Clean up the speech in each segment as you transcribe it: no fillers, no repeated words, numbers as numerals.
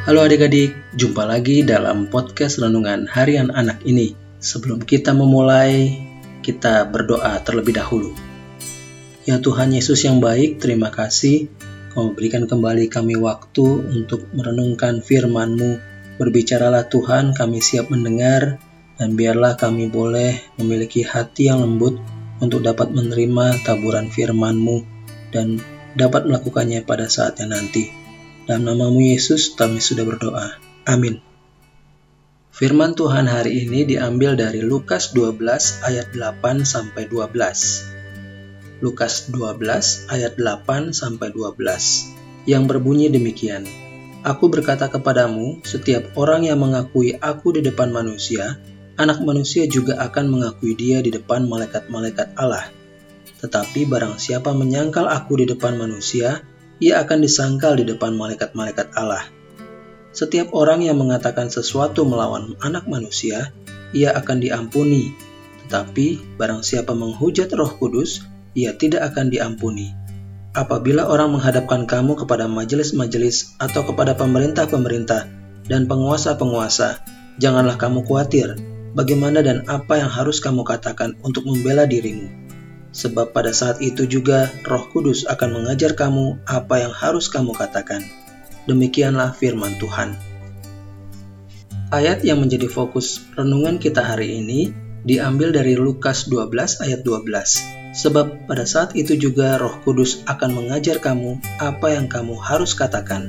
Halo adik-adik, jumpa lagi dalam podcast Renungan Harian Anak ini. Sebelum kita memulai, kita berdoa terlebih dahulu. Ya Tuhan Yesus yang baik, terima kasih Kau berikan kembali kami waktu untuk merenungkan firman-Mu. Berbicaralah Tuhan, kami siap mendengar, dan biarlah kami boleh memiliki hati yang lembut untuk dapat menerima taburan firman-Mu dan dapat melakukannya pada saatnya nanti. Dalam nama-Mu Yesus kami sudah berdoa. Amin. Firman Tuhan hari ini diambil dari Lukas 12 ayat 8 sampai 12. Lukas 12 ayat 8 sampai 12 yang berbunyi demikian. Aku berkata kepadamu, setiap orang yang mengakui aku di depan manusia, anak manusia juga akan mengakui dia di depan malaikat-malaikat Allah. Tetapi barang siapa menyangkal aku di depan manusia, ia akan disangkal di depan malaikat-malaikat Allah. Setiap orang yang mengatakan sesuatu melawan anak manusia, ia akan diampuni. Tetapi barang siapa menghujat Roh Kudus, ia tidak akan diampuni. Apabila orang menghadapkan kamu kepada majelis-majelis atau kepada pemerintah-pemerintah dan penguasa-penguasa, janganlah kamu khawatir bagaimana dan apa yang harus kamu katakan untuk membela dirimu. Sebab pada saat itu juga Roh Kudus akan mengajar kamu apa yang harus kamu katakan. Demikianlah firman Tuhan. Ayat yang menjadi fokus renungan kita hari ini diambil dari Lukas 12 ayat 12. Sebab pada saat itu juga Roh Kudus akan mengajar kamu apa yang kamu harus katakan.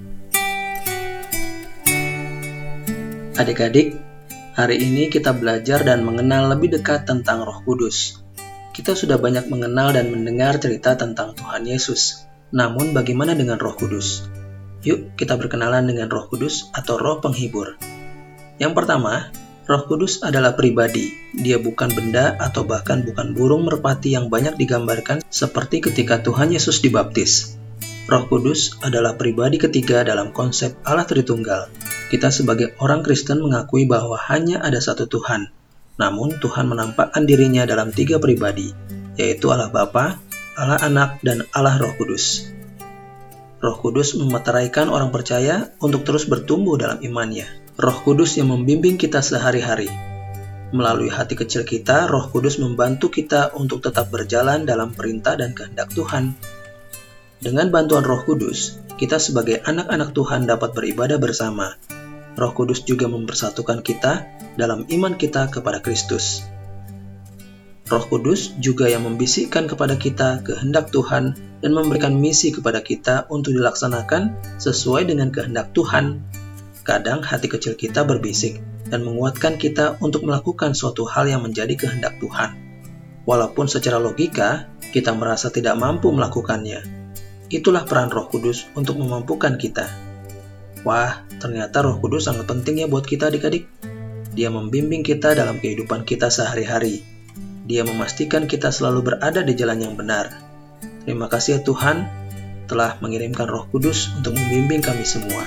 Adik-adik, hari ini kita belajar dan mengenal lebih dekat tentang Roh Kudus. Kita sudah banyak mengenal dan mendengar cerita tentang Tuhan Yesus. Namun bagaimana dengan Roh Kudus? Yuk kita berkenalan dengan Roh Kudus atau Roh Penghibur. Yang pertama, Roh Kudus adalah pribadi. Dia bukan benda atau bahkan bukan burung merpati yang banyak digambarkan seperti ketika Tuhan Yesus dibaptis. Roh Kudus adalah pribadi ketiga dalam konsep Allah Tritunggal. Kita sebagai orang Kristen mengakui bahwa hanya ada satu Tuhan. Namun Tuhan menampakkan dirinya dalam tiga pribadi, yaitu Allah Bapa, Allah Anak, dan Allah Roh Kudus. Roh Kudus memeteraikan orang percaya untuk terus bertumbuh dalam imannya. Roh Kudus yang membimbing kita sehari-hari. Melalui hati kecil kita, Roh Kudus membantu kita untuk tetap berjalan dalam perintah dan kehendak Tuhan. Dengan bantuan Roh Kudus, kita sebagai anak-anak Tuhan dapat beribadah bersama. Roh Kudus juga mempersatukan kita dalam iman kita kepada Kristus. Roh Kudus juga yang membisikkan kepada kita kehendak Tuhan dan memberikan misi kepada kita untuk dilaksanakan sesuai dengan kehendak Tuhan. Kadang hati kecil kita berbisik dan menguatkan kita untuk melakukan suatu hal yang menjadi kehendak Tuhan. Walaupun secara logika kita merasa tidak mampu melakukannya. Itulah peran Roh Kudus untuk memampukan kita. Wah, ternyata Roh Kudus sangat penting ya buat kita adik-adik. Dia membimbing kita dalam kehidupan kita sehari-hari. Dia memastikan kita selalu berada di jalan yang benar. Terima kasih ya Tuhan telah mengirimkan Roh Kudus untuk membimbing kami semua.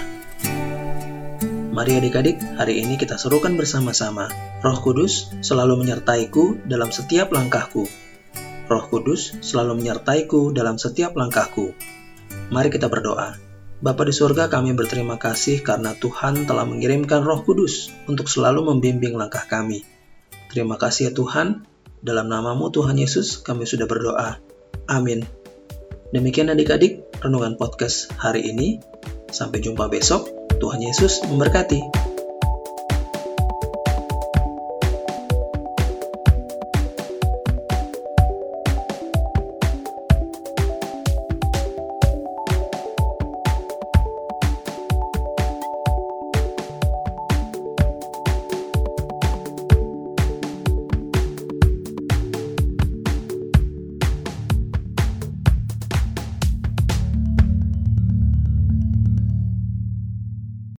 Mari adik-adik, hari ini kita serukan bersama-sama. Roh Kudus selalu menyertaiku dalam setiap langkahku. Roh Kudus selalu menyertaiku dalam setiap langkahku. Mari kita berdoa. Bapa di surga, kami berterima kasih karena Tuhan telah mengirimkan Roh Kudus untuk selalu membimbing langkah kami. Terima kasih ya Tuhan, dalam nama-Mu Tuhan Yesus kami sudah berdoa. Amin. Demikian adik-adik, renungan podcast hari ini. Sampai jumpa besok. Tuhan Yesus memberkati.